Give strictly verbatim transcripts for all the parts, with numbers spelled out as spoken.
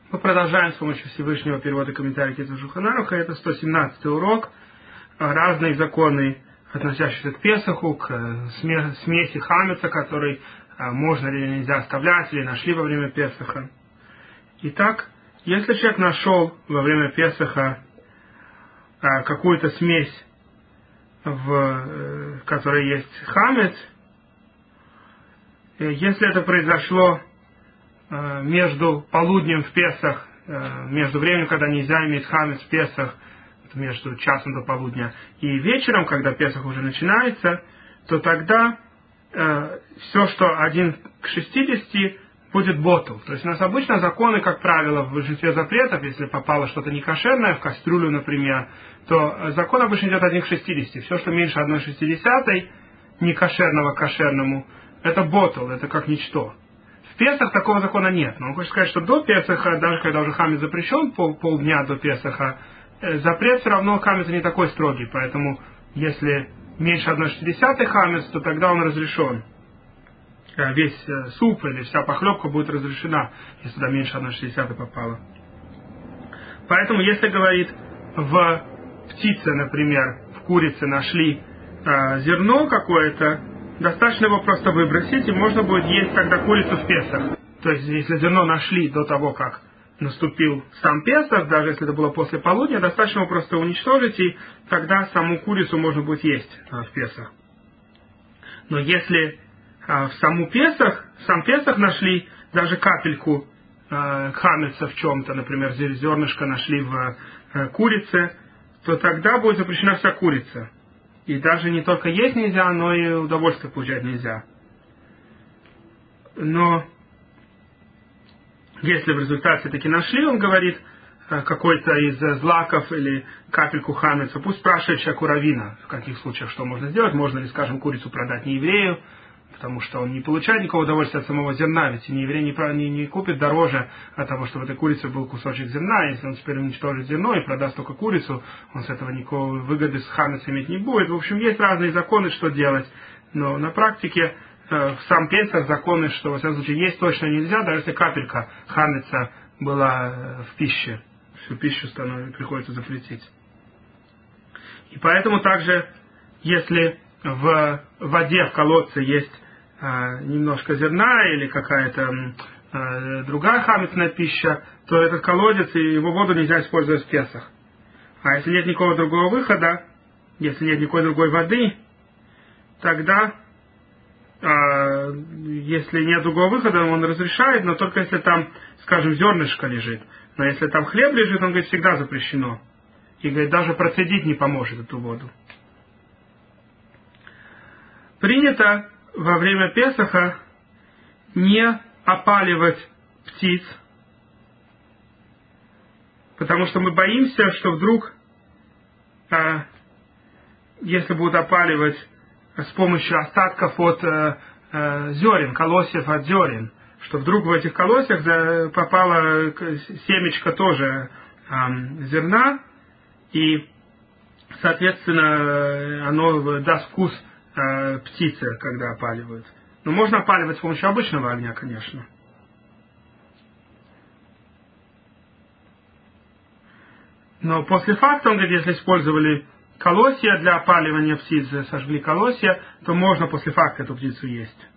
Мы продолжаем с помощью Всевышнего перевода комментариев к Шулхан Аруха. Это сто семнадцатый урок. Разные законы, относящиеся к Песаху, к смеси хамеца, который можно или нельзя оставлять, или нашли во время Песаха. Итак, если человек нашел во время Песаха какую-то смесь, в которой есть хамец, если это произошло между полуднем в Песах, между временем, когда нельзя иметь хамец в Песах, между часом до полудня, и вечером, когда Песах уже начинается, то тогда э, все, что один к шестидесяти, будет ботл. То есть у нас обычно законы, как правило, в большинстве запретов, если попало что-то некошерное, в кастрюлю, например, то закон обычно идет один к шестидесяти. Все, что меньше одной шестидесятой, некошерного к кошерному, это ботл, это как ничто. В Песах такого закона нет. Но он хочет сказать, что до Песаха, даже когда уже хамец запрещен, пол, полдня до Песаха, запрет все равно хамеца не такой строгий. Поэтому, если меньше одной шестидесятой хамец, то тогда он разрешен. Весь суп или вся похлебка будет разрешена, если туда меньше одной шестидесятой попало. Поэтому, если, говорит, в птице, например, в курице нашли э, зерно какое-то, достаточно его просто выбросить, и можно будет есть тогда курицу в Песах. То есть, если зерно нашли до того, как наступил сам Песах, даже если это было после полудня, достаточно его просто уничтожить, и тогда саму курицу можно будет есть э, в Песах. Но если э, в саму Песах, сам Песах нашли даже капельку э, хамеца в чем-то, например, зернышко нашли в э, курице, то тогда будет запрещена вся курица. И даже не только есть нельзя, но и удовольствие получать нельзя. Но если в результате таки нашли, он говорит, какой-то из злаков или капельку хамеца, пусть спрашивает человек у раввина, в каких случаях что можно сделать, можно ли, скажем, курицу продать нееврею, потому что он не получает никакого удовольствия от самого зерна, ведь нееврей не, не, не купит дороже от того, что в этой курице был кусочек зерна. Если он теперь уничтожит зерно и продаст только курицу, он с этого никакой выгоды с хамеца иметь не будет. В общем, есть разные законы, что делать, но на практике э, в сам Песах законы, что, во всяком случае, есть точно нельзя, даже если капелька хамеца была э, в пище, всю пищу становится, приходится запретить. И поэтому также, если в воде, в колодце есть э, немножко зерна или какая-то э, другая хамецная пища, то этот колодец и его воду нельзя использовать в Песах. А если нет никакого другого выхода, если нет никакой другой воды, тогда, э, если нет другого выхода, он разрешает, но только если там, скажем, зернышко лежит. Но если там хлеб лежит, он говорит, всегда запрещено. И говорит, даже процедить не поможет эту воду. Принято во время Песаха не опаливать птиц, потому что мы боимся, что вдруг, э, если будут опаливать с помощью остатков от э, э, зерен, колосьев от зерен, что вдруг в этих колосьях попало семечко тоже э, зерна, и, соответственно, оно даст вкус птицы, когда опаливают. Но можно опаливать с помощью обычного огня, конечно. Но после факта, он говорит, если использовали колосья для опаливания птиц, сожгли колосья, то можно после факта эту птицу есть.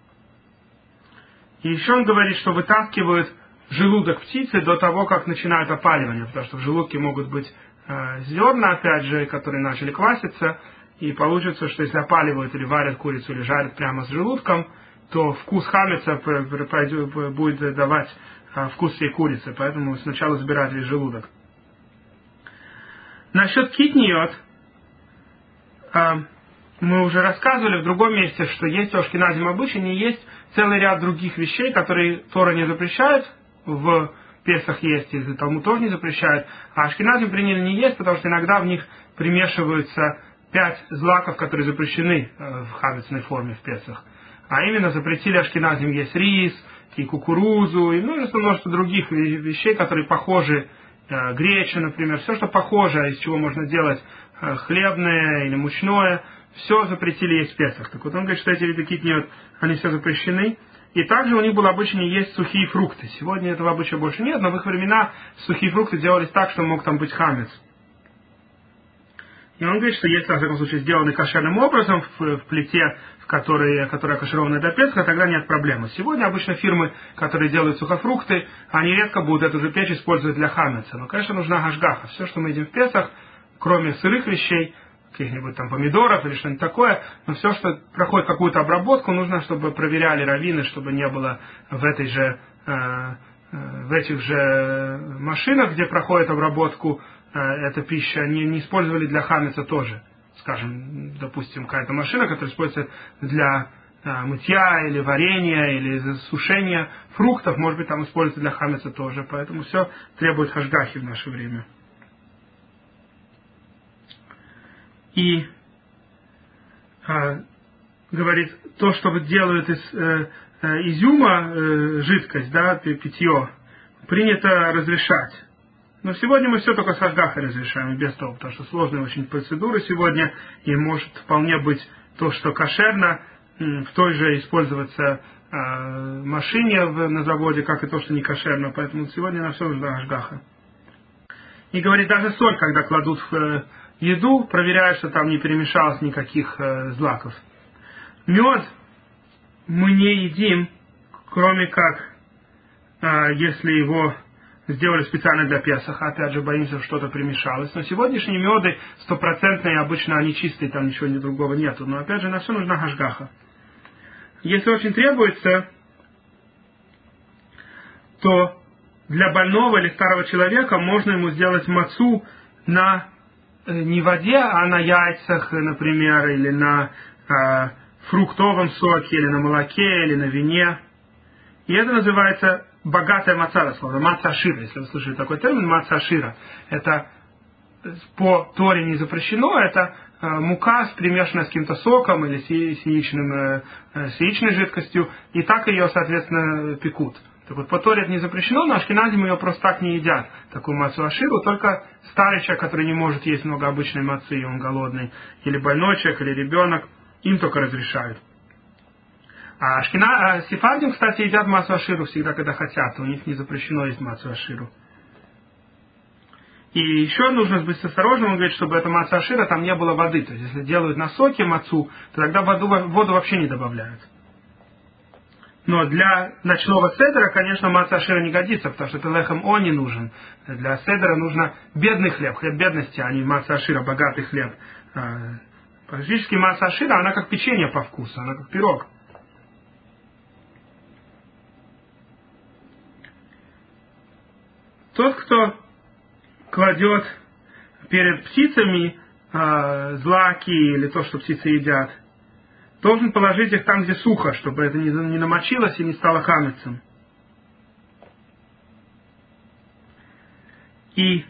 И еще он говорит, что вытаскивают желудок птицы до того, как начинают опаливание, потому что в желудке могут быть э, зерна, опять же, которые начали кваситься. И получится, что если опаливают или варят курицу, или жарят прямо с желудком, то вкус хамеца будет давать вкус всей курицы. Поэтому сначала забирать весь желудок. Насчет китниот, мы уже рассказывали в другом месте, что есть у ашкеназим обычай, есть целый ряд других вещей, которые Тора не запрещает, в Песах есть, и Талмуд тоже не запрещает, а ашкеназим приняли не есть, потому что иногда в них примешиваются пять злаков, которые запрещены в хамецной форме в Песах. А именно запретили ашкеназим есть рис, и кукурузу, и множество, множество других вещей, которые похожи, греча, например, все, что похоже, из чего можно делать хлебное или мучное, все запретили есть в Песах. Так вот он говорит, что эти виды китниот, они все запрещены, И также у них было обычай есть сухие фрукты. Сегодня этого обычая больше нет, но в их времена сухие фрукты делались так, что мог там быть хамец. И он говорит, что если, во всяком случае, сделаны кошерным образом в, в плите, в которой, которая каширована для Песха, тогда нет проблемы. Сегодня обычно фирмы, которые делают сухофрукты, они редко будут эту же печь использовать для хамеца. Но, конечно, нужна гашгаха. Все, что мы едим в Песах, кроме сырых вещей, каких-нибудь там помидоров или что-нибудь такое, но все, что проходит какую-то обработку, нужно, чтобы проверяли раввины, чтобы не было в этой же, э, в этих же машинах, где проходит обработку э, эта пища, не, не использовали для хамеца тоже. Скажем, допустим, какая-то машина, которая используется для э, мытья или варенья или сушения фруктов, может быть, там используется для хамеца тоже. Поэтому все требует хашгахи в наше время. И э, говорит, то, что делают из э, э, изюма э, жидкость, да, питье, принято разрешать. Но сегодня мы все только с хашгахой разрешаем, без того, потому что сложные очень процедуры сегодня, и может вполне быть то, что кошерно, в той же использоваться э, машине в, на заводе, как и то, что не кошерно. Поэтому сегодня на все нужна хашгаха. И говорит, даже соль, когда кладут в э, еду, проверяют, что там не перемешалось никаких э, злаков. Мед мы не едим, кроме как, э, если его сделали специально для Песаха, опять же, боимся, что что-то примешалось. Но сегодняшние меды стопроцентные, обычно они чистые, там ничего другого нету. Но опять же, на все нужна хашгаха. Если очень требуется, то для больного или старого человека можно ему сделать мацу на не воде, а на яйцах, например, или на э, фруктовом соке, или на молоке, или на вине. И это называется богатая маца, словно маца шира, если вы слышали такой термин, маца шира. Это по Торе не запрещено, это э, мука, примешанная с каким-то соком или с, с, яичным, э, с яичной жидкостью, и так ее, соответственно, пекут. Так вот, по Торе это не запрещено, но ашкеназим ее просто так не едят, такую мацу аширу, только старый человек, который не может есть много обычной мацы, и он голодный, или больной человек, или ребенок, им только разрешают. А, ашкена, а сефардим, кстати, едят мацу аширу всегда, когда хотят, у них не запрещено есть мацу аширу. И еще нужно быть осторожным, он говорит, чтобы эта маца ашира, там не было воды, то есть если делают на соке мацу, то тогда воду, воду вообще не добавляют. Но для ночного седера, конечно, маца ашира не годится, потому что это лехем они нужен. Для седера нужно бедный хлеб, хлеб бедности, а не маца ашира, богатый хлеб. Практически маца ашира, она как печенье по вкусу, она как пирог. Тот, кто кладет перед птицами э, злаки или то, что птицы едят, должен положить их там, где сухо, чтобы это не, не намочилось и не стало хамецем. И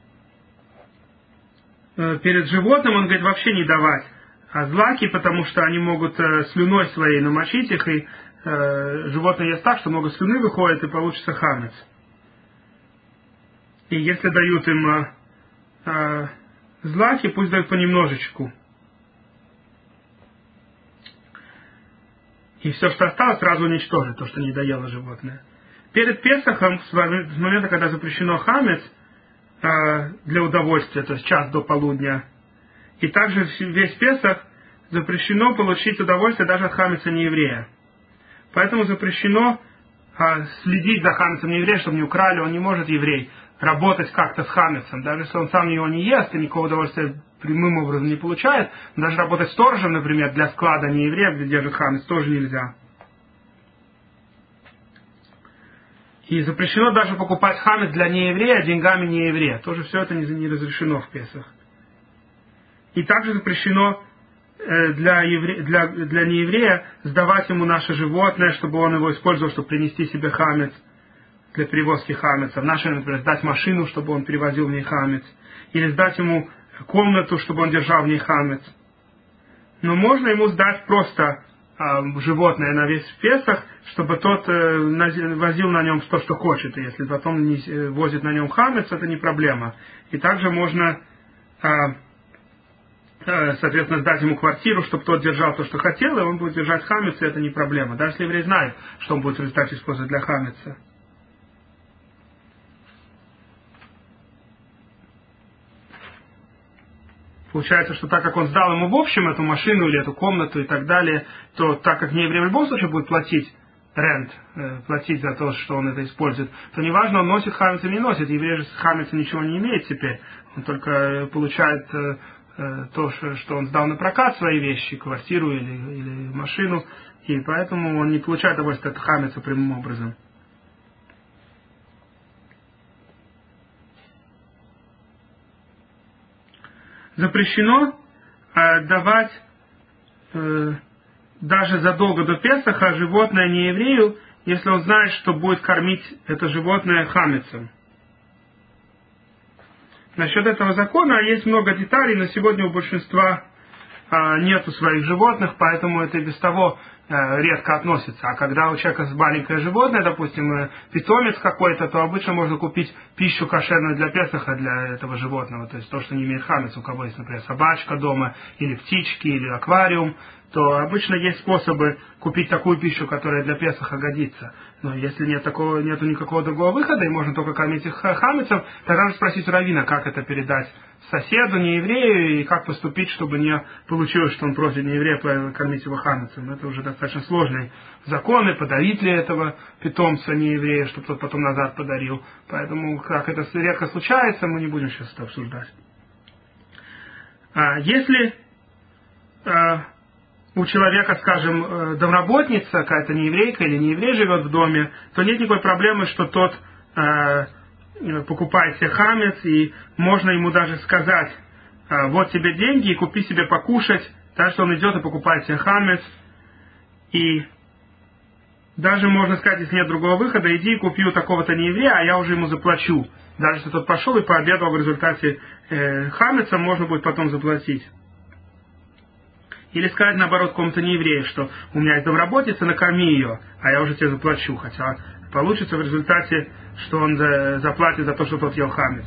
э, перед животным он говорит вообще не давать а злаки, потому что они могут э, слюной своей намочить их, и э, животное ест так, что много слюны выходит, и получится хамец. И если дают им э, э, злаки, пусть дают понемножечку. И все, что осталось, сразу уничтожить, то, что не доело животное. Перед Песахом, с момента, когда запрещено хамец, э, для удовольствия, то есть час до полудня, и также весь Песах запрещено получить удовольствие даже от хамеца нееврея. Поэтому запрещено э, следить за хамецом нееврея, чтобы не украли, он не может, еврей, работать как-то с хамецем, даже если он сам его не ест и никакого удовольствия прямым образом не получает, даже работать сторожем, например, для склада неевреев, где держит хамец, тоже нельзя. И запрещено даже покупать хамец для нееврея деньгами нееврея, тоже все это не разрешено в Песах. И также запрещено для, евре... для... для нееврея сдавать ему наше животное, чтобы он его использовал, чтобы принести себе хамец, для перевозки хамеца. В нашей, например, сдать машину, чтобы он перевозил в ней хамец. Или сдать ему комнату, чтобы он держал в ней хамец. Но можно ему сдать просто э, животное на весь Песах, чтобы тот э, возил на нем то, что хочет. И если потом не, э, возит на нем хамец, это не проблема. И также можно э, соответственно, сдать ему квартиру, чтобы тот держал то, что хотел, и он будет держать хамец, и это не проблема. Даже если еврей знает, что он будет в результате использовать для хамеца. Получается, что так как он сдал ему в общем эту машину или эту комнату и так далее, то так как не еврей в любом случае будет платить рент, э, платить за то, что он это использует, то неважно, он носит хамец или не носит. Еврей же с хамецем ничего не имеет теперь. Он только получает э, э, то, что, что он сдал на прокат свои вещи, квартиру или, или машину, и поэтому он не получает удовольствия от хамеца прямым образом. Запрещено э, давать э, даже задолго до Песаха животное не еврею, если он знает, что будет кормить это животное хамецем. Насчет этого закона есть много деталей, но сегодня у большинства э, нету своих животных, поэтому это и без того э, редко относится. А когда у человека маленькое животное, допустим, э, питомец какой-то, то обычно можно купить пищу кошерную для Песаха для этого животного, то есть то, что не имеет хамец. У кого есть, например, собачка дома, или птички, или аквариум, то обычно есть способы купить такую пищу, которая для Песаха годится. Но если нет такого, нету никакого другого выхода, и можно только кормить их хамецем, тогда надо спросить у раввина, как это передать соседу, не еврею, и как поступить, чтобы не получилось, что он просит не еврея кормить его хамецем. Это уже достаточно сложные законы, подарить ли этого питомца не еврея, чтобы тот потом назад подарил. Поэтому, как это редко случается, мы не будем сейчас это обсуждать. А если а, у человека, скажем, домработница, какая-то нееврейка или нееврей живет в доме, то нет никакой проблемы, что тот э, покупает себе хамец, и можно ему даже сказать, э, вот тебе деньги, и купи себе покушать, так что он идет и покупает себе хамец, и даже можно сказать, если нет другого выхода, иди и купи у такого-то нееврея, а я уже ему заплачу. Даже если тот пошел и пообедал в результате э, хамецом, можно будет потом заплатить. Или сказать, наоборот, кому-то нееврею, что у меня есть домработница, накорми ее, а я уже тебе заплачу. Хотя получится в результате, что он за, заплатит за то, что тот ел хамец.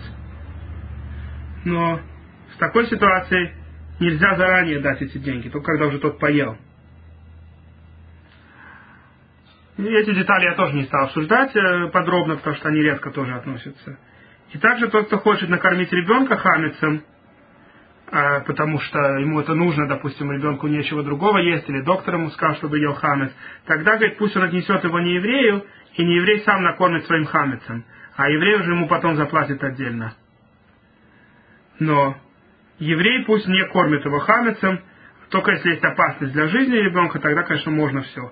Но в такой ситуации нельзя заранее дать эти деньги, только когда уже тот поел. И эти детали я тоже не стал обсуждать подробно, потому что они редко тоже относятся. И также тот, кто хочет накормить ребенка хамецем, потому что ему это нужно, допустим, ребенку нечего другого есть, или доктор ему сказал, чтобы ел хамец, тогда, говорит, пусть он отнесет его не еврею, и не еврей сам накормит своим хамецем, а еврей уже ему потом заплатит отдельно. Но еврей пусть не кормит его хамецем, только если есть опасность для жизни ребенка, тогда, конечно, можно все.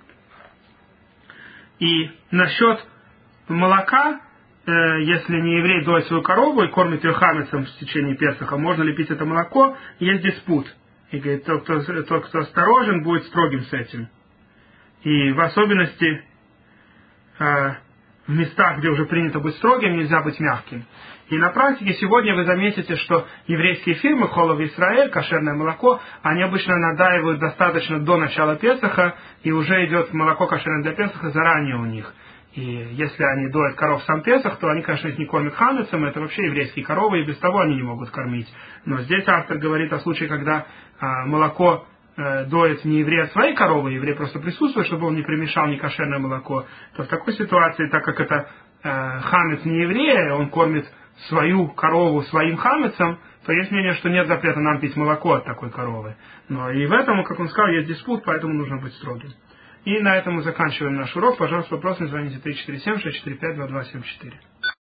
И насчет молока, если не еврей доит свою корову и кормит ее хамецом в течение Песаха, можно ли пить это молоко, есть диспут. И говорит, тот, кто, тот, кто осторожен, будет строгим с этим. И в особенности э, в местах, где уже принято быть строгим, нельзя быть мягким. И на практике сегодня вы заметите, что еврейские фирмы Холов Исраэль, кошерное молоко, они обычно надаивают достаточно до начала Песаха, и уже идет молоко кошерное для Песаха заранее у них. И если они доят коров сам Песах, то они, конечно, их не кормят хамецем, это вообще еврейские коровы, и без того они не могут кормить. Но здесь автор говорит о случае, когда а, молоко а, доит не еврей, а своей коровы, еврей просто присутствует, чтобы он не примешал некошерное молоко, то в такой ситуации, так как это а, хамец не еврея, он кормит свою корову своим хамецем, то есть мнение, что нет запрета нам пить молоко от такой коровы. Но и в этом, как он сказал, есть диспут, поэтому нужно быть строгим. И на этом мы заканчиваем наш урок. Пожалуйста, вопросы звоните три четыре семь шесть четыре пять два два семь четыре.